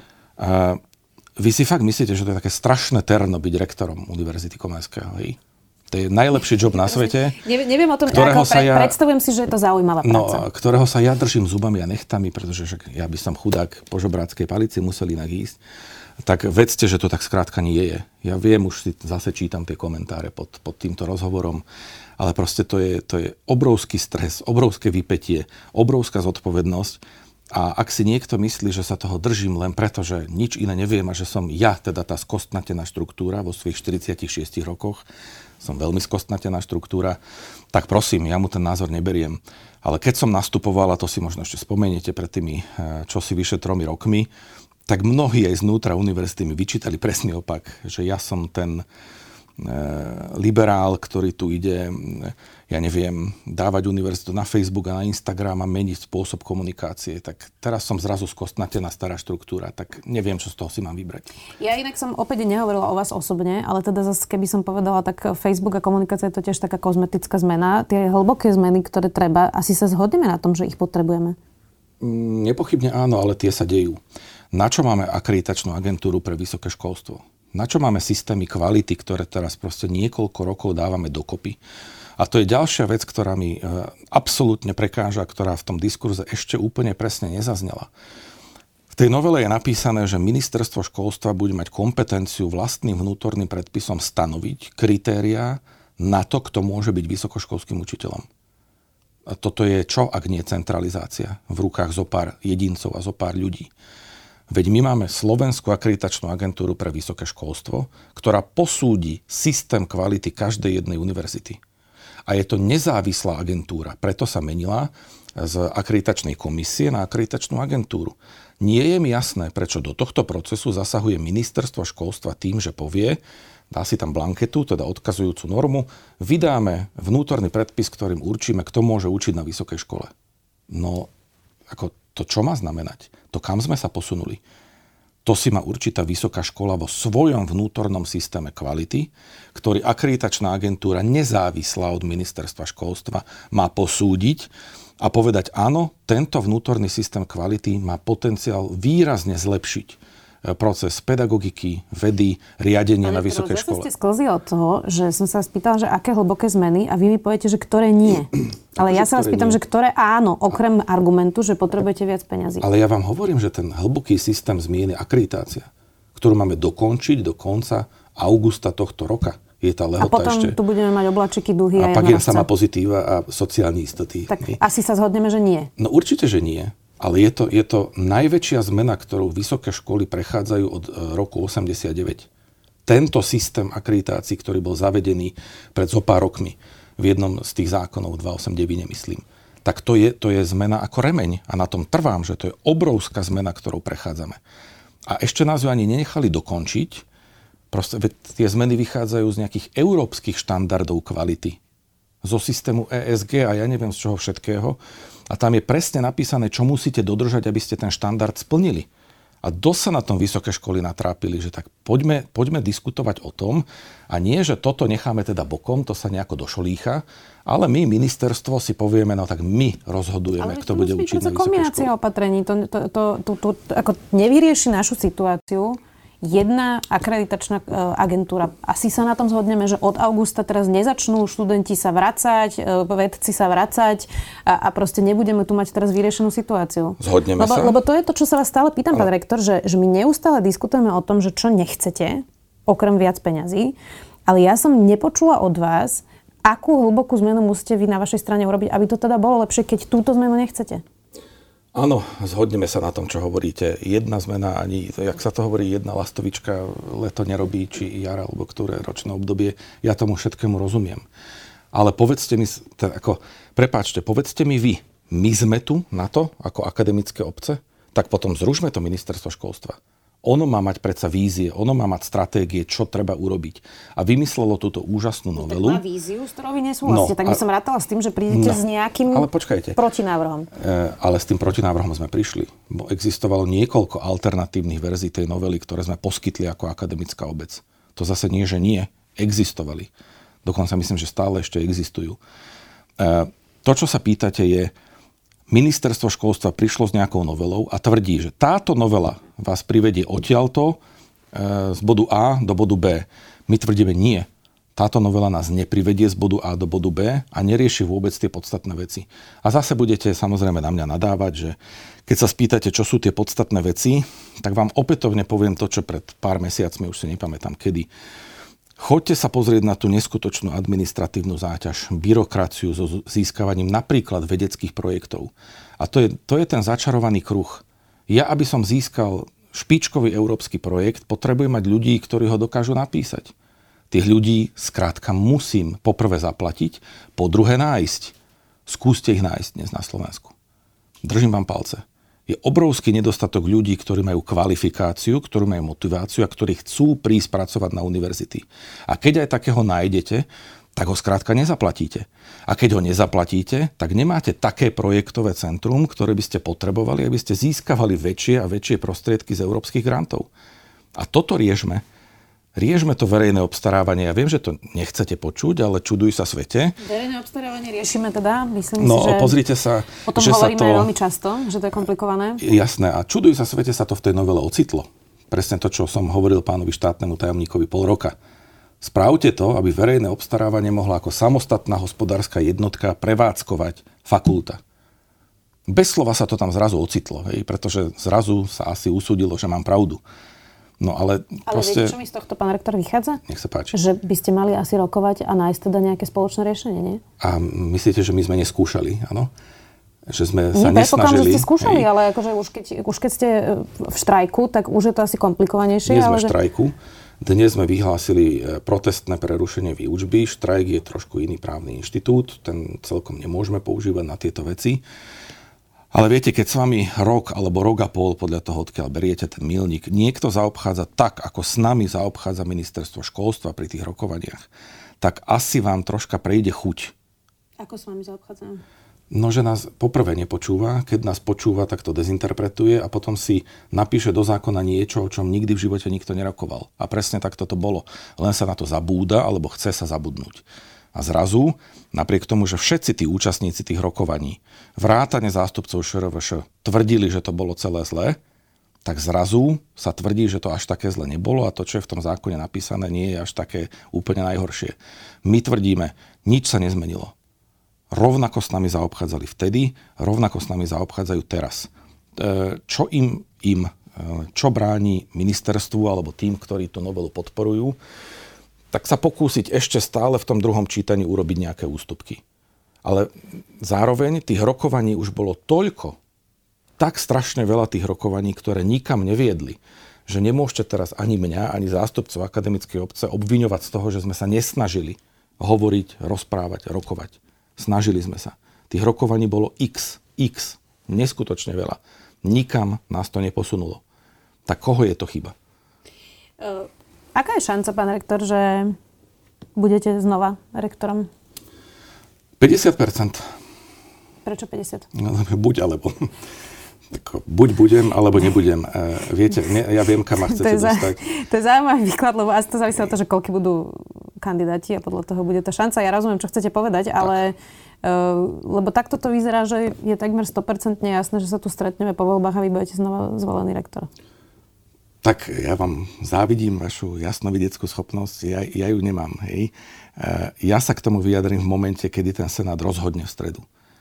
vy si fakt myslíte, že to je také strašné terno byť rektorom Univerzity Komenského, hej? To je najlepší job na svete. Neviem o tom, predstavujem si, že je to zaujímavá práca. Ktorého sa ja držím zubami a nechtami, pretože ja by som chudák po žobráckej palici musel inak ísť. Tak vedzte, že to tak skrátka nie je. Ja viem, už si zase čítam tie komentáre pod týmto rozhovorom, ale proste to je obrovský stres, obrovské vypätie, obrovská zodpovednosť. A ak si niekto myslí, že sa toho držím len preto, že nič iné neviem a že som ja, teda tá skostnatená štruktúra vo svojich 46 rokoch, som veľmi skostnatená štruktúra, tak prosím, ja mu ten názor neberiem. Ale keď som nastupoval, a to si možno ešte spomeniete pred tými čosi vyše 3 rokmi, tak mnohí aj znútra univerzity mi vyčítali presný opak, že ja som ten liberál, ktorý tu ide, ja neviem, dávať univerzitu na Facebook a na Instagram a meniť spôsob komunikácie. Tak teraz som zrazu skostnatená stará štruktúra, tak neviem, čo z toho si mám vybrať. Ja inak som opäť nehovorila o vás osobne, ale teda zase, keby som povedala, tak Facebook a komunikácia je to tiež taká kozmetická zmena. Tie hlboké zmeny, ktoré treba, asi sa zhodneme na tom, že ich potrebujeme. Nepochybne áno, ale tie sa dejú. Na čo máme akreditačnú agentúru pre vysoké školstvo? Na čo máme systémy kvality, ktoré teraz proste niekoľko rokov dávame dokopy? A to je ďalšia vec, ktorá mi absolútne prekáža, ktorá v tom diskurze ešte úplne presne nezaznela. V tej novele je napísané, že ministerstvo školstva bude mať kompetenciu vlastným vnútorným predpisom stanoviť kritériá na to, kto môže byť vysokoškolským učiteľom. A toto je čo, ak nie centralizácia v rukách zopár jedincov a zopár ľudí. Veď my máme Slovenskú akreditačnú agentúru pre vysoké školstvo, ktorá posúdi systém kvality každej jednej univerzity. A je to nezávislá agentúra, preto sa menila z akreditačnej komisie na akreditačnú agentúru. Nie je mi jasné, prečo do tohto procesu zasahuje ministerstvo školstva tým, že povie, dá si tam blanketu, teda odkazujúcu normu, vydáme vnútorný predpis, ktorým určíme, kto môže učiť na vysokej škole. No, ako to čo má znamenať? To kam sme sa posunuli? To si má určiť tá vysoká škola vo svojom vnútornom systéme kvality, ktorý akreditačná agentúra nezávislá od ministerstva školstva má posúdiť a povedať áno, tento vnútorný systém kvality má potenciál výrazne zlepšiť proces pedagogiky, vedy, riadenia na vysokej škole. Ale ste sklzli od toho, že som sa vás pýtala, že aké hlboké zmeny a vy mi poviete, že ktoré nie. Ale ja sa vás pýtam, že ktoré áno, okrem argumentu, že potrebujete viac peňazí. Ale ja vám hovorím, že ten hlboký systém zmien je akreditácia, ktorú máme dokončiť do konca augusta tohto roka. Je tá lehota a potom ešte. Tu budeme mať oblačiky, duhy a pak je sama pozitíva a sociálne istoty. Tak asi sa zhodneme, že nie. No určite, že nie. Ale je to najväčšia zmena, ktorú vysoké školy prechádzajú od roku 89. Tento systém akreditácií, ktorý bol zavedený pred zopár rokmi v jednom z tých zákonov, 289 nemyslím, tak to je zmena ako remeň. A na tom trvám, že to je obrovská zmena, ktorou prechádzame. A ešte nás ju ani nenechali dokončiť. Proste tie zmeny vychádzajú z nejakých európskych štandardov kvality. Zo systému ESG a ja neviem z čoho všetkého. A tam je presne napísané, čo musíte dodržať, aby ste ten štandard splnili. A dosť sa na tom vysoké školy natrápili, že tak poďme diskutovať o tom a nie, že toto necháme teda bokom, to sa nejako došolícha, ale my, ministerstvo, si povieme, no tak my rozhodujeme, kto bude učiť na vysoké škole. Ale to musí byť kombinácia opatrení. To ako nevyrieši našu situáciu. Jedna akreditačná agentúra. Asi sa na tom zhodneme, že od augusta teraz nezačnú študenti sa vracať, vedci sa vracať a proste nebudeme tu mať teraz vyriešenú situáciu. Zhodneme sa. Lebo to je to, čo sa vás stále pýtam, pán rektor, že my neustále diskutujeme o tom, že čo nechcete, okrem viac peňazí, ale ja som nepočula od vás, akú hlbokú zmenu musíte vy na vašej strane urobiť, aby to teda bolo lepšie, keď túto zmenu nechcete. Áno, zhodneme sa na tom, čo hovoríte. Jedna zmena, ani, jak sa to hovorí, jedna lastovička leto nerobí, či jar, alebo ktoré ročné obdobie. Ja tomu všetkému rozumiem. Ale povedzte mi, povedzte mi vy, my sme tu na to, ako akademické obce, tak potom zrušme to ministerstvo školstva. Ono má mať predsa vízie, ono má mať stratégie, čo treba urobiť. A vymyslelo túto úžasnú novelu. Tak má víziu, s ktorou vy nesúhlasíte. Tak by som rátala s tým, že prídete s nejakým protinávrhom. Ale s tým protinávrhom sme prišli. Bo existovalo niekoľko alternatívnych verzií tej novely, ktoré sme poskytli ako akademická obec. To zase nie, že nie. Existovali. Dokonca myslím, že stále ešte existujú. To, čo sa pýtate, je, ministerstvo školstva prišlo s nejakou novelou a tvrdí, že táto novela vás privedie odtiaľto z bodu A do bodu B. My tvrdíme nie. Táto novela nás neprivedie z bodu A do bodu B a nerieši vôbec tie podstatné veci. A zase budete samozrejme na mňa nadávať, že keď sa spýtate, čo sú tie podstatné veci, tak vám opätovne poviem to, čo pred pár mesiacmi, už si nepamätám kedy. Choďte sa pozrieť na tú neskutočnú administratívnu záťaž, byrokraciu so získavaním napríklad vedeckých projektov. A to je ten začarovaný kruh. Ja, aby som získal špičkový európsky projekt, potrebujem mať ľudí, ktorí ho dokážu napísať. Tých ľudí skrátka musím poprvé zaplatiť, po druhé nájsť. Skúste ich nájsť dnes na Slovensku. Držím vám palce. Je obrovský nedostatok ľudí, ktorí majú kvalifikáciu, ktorí majú motiváciu a ktorí chcú prísť pracovať na univerzity. A keď aj takého nájdete, tak ho skrátka nezaplatíte. A keď ho nezaplatíte, tak nemáte také projektové centrum, ktoré by ste potrebovali, aby ste získavali väčšie a väčšie prostriedky z európskych grantov. A toto riešme. Riešme to verejné obstarávanie. Ja viem, že to nechcete počuť, ale čuduj sa svete. Verejné obstarávanie riešime teda? Myslím si, že pozrite sa, o tom že hovoríme sa to veľmi často, že to je komplikované. Jasné. A čuduj sa svete sa to v tej novele ocitlo. Presne to, čo som hovoril pánovi štátnemu tajomníkovi pol roka. Spravte to, aby verejné obstarávanie mohla ako samostatná hospodárska jednotka prevádzkovať fakulta. Bez slova sa to tam zrazu ocitlo, pretože zrazu sa asi usúdilo, že mám pravdu. No ale proste... viete, čo mi z tohto, pán rektor, vychádza? Nech sa páči. Že by ste mali asi rokovať a nájsť teda nejaké spoločné riešenie, nie? A myslíte, že my sme neskúšali, áno? Že sme sa nesnažili... Že ste skúšali, ale akože už keď ste v štrajku, tak už je to asi komplikovanejšie. Nie sme v štrajku. Dnes sme vyhlásili protestné prerušenie výučby. Štrajk je trošku iný právny inštitút. Ten celkom nemôžeme používať na tieto veci. Ale viete, keď s vami rok alebo rok a pol, podľa toho, odkiaľ beriete ten milník, niekto zaobchádza tak, ako s nami zaobchádza ministerstvo školstva pri tých rokovaniach, tak asi vám troška prejde chuť. Ako s vami zaobchádzajú? No, že nás poprvé nepočúva, keď nás počúva, tak to dezinterpretuje a potom si napíše do zákona niečo, o čom nikdy v živote nikto nerokoval. A presne tak toto bolo. Len sa na to zabúda, alebo chce sa zabudnúť. A zrazu, napriek tomu, že všetci tí účastníci tých rokovaní, vrátane zástupcov ŠRVŠ, tvrdili, že to bolo celé zlé, tak zrazu sa tvrdí, že to až také zle nebolo a to, čo je v tom zákone napísané, nie je až také úplne najhoršie. My tvrdíme, nič sa nezmenilo. Rovnako s nami zaobchádzali vtedy, rovnako s nami zaobchádzajú teraz. Čo bráni ministerstvu alebo tým, ktorí tú novelu podporujú, tak sa pokúsiť ešte stále v tom druhom čítaní urobiť nejaké ústupky. Ale zároveň tých rokovaní už bolo toľko, tak strašne veľa tých rokovaní, ktoré nikam neviedli, že nemôžete teraz ani mňa, ani zástupcov akademickej obce obviňovať z toho, že sme sa nesnažili hovoriť, rozprávať, rokovať. Snažili sme sa. Tých rokovaní bolo x, neskutočne veľa. Nikam nás to neposunulo. Tak koho je to chyba? Aká je šanca, pán rektor, že budete znova rektorom? 50%. Prečo 50%? Buď alebo. Buď budem, alebo nebudem. Viete, ja viem, kam ma chcete dostať. To je zaujímavý výklad, lebo asi to závisí od toho, že koľko budú kandidáti a podľa toho bude tá šanca. Ja rozumiem, čo chcete povedať, ale lebo takto to vyzerá, že je takmer 100% jasné, že sa tu stretneme po voľbách a vy budete znova zvolený rektor. Tak ja vám závidím vašu jasnovideckú schopnosť. Ja ju nemám. Hej. Ja sa k tomu vyjadrím v momente, kedy ten Senát rozhodne v stredu.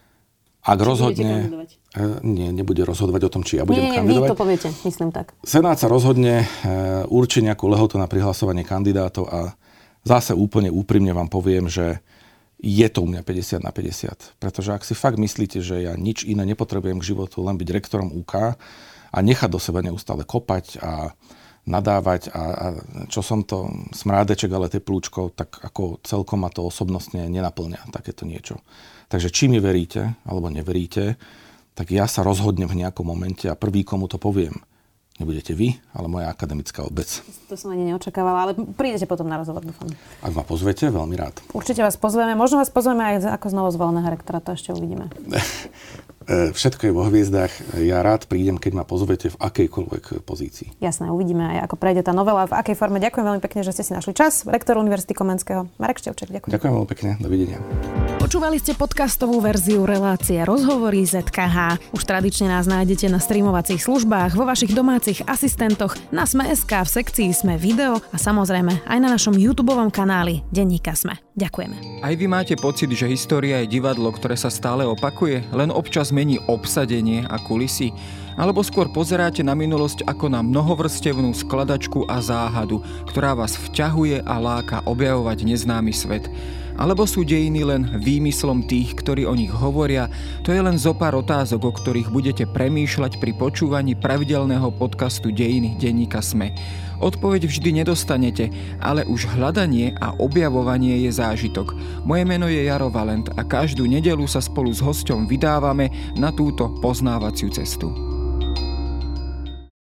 Ak rozhodne... Nie, nebude rozhodovať o tom, či ja budem kandidovať. Nie, vy to poviete, myslím tak. Senát sa rozhodne, určí nejakú lehotu na prihlasovanie kandidátov a zase úplne úprimne vám poviem, že je to u mňa 50/50. Pretože ak si fakt myslíte, že ja nič iné nepotrebujem k životu, len byť rektorom UK a nechať do seba neustále kopať a nadávať a čo som to smrádeček, ale teplúčko, tak ako celkom ma to osobnostne nenaplňa takéto niečo. Takže či mi veríte, alebo neveríte, tak ja sa rozhodnem v nejakom momente a prvý, komu to poviem, nebudete vy, ale moja akademická obec. To som ani neočakávala, ale prídete potom na rozhovor, dúfam. Ak ma pozvete, veľmi rád. Určite vás pozveme, možno vás pozveme aj ako znovozvoleného rektora, to ešte uvidíme. Všetko je vo hviezdách. Ja rád prídem, keď ma pozvete v akejkoľvek pozícii. Jasné, uvidíme aj, ako prejde tá novela, v akej forme. Ďakujem veľmi pekne, že ste si našli čas. Rektor Univerzity Komenského, Marek Števček, ďakujem. Ďakujem veľmi pekne, dovidenia. Počúvali ste podcastovú verziu relácie Rozhovory ZKH. Už tradične nás nájdete na streamovacích službách, vo vašich domácich asistentoch, na Sme.sk, v sekcii Sme video a samozrejme aj na našom YouTubeovom kanáli Denníka Sme. Ďakujeme. Aj vy máte pocit, že história je divadlo, ktoré sa stále opakuje, len občas mení obsadenie a kulisy? Alebo skôr pozeráte na minulosť ako na mnohovrstevnú skladačku a záhadu, ktorá vás vťahuje a láka objavovať neznámy svet? Alebo sú dejiny len výmyslom tých, ktorí o nich hovoria? To je len zopár otázok, o ktorých budete premýšľať pri počúvaní pravidelného podcastu Dejiny denníka Sme. Odpoveď vždy nedostanete, ale už hľadanie a objavovanie je zážitok. Moje meno je Jaro Valent a každú nedeľu sa spolu s hosťom vydávame na túto poznávaciu cestu.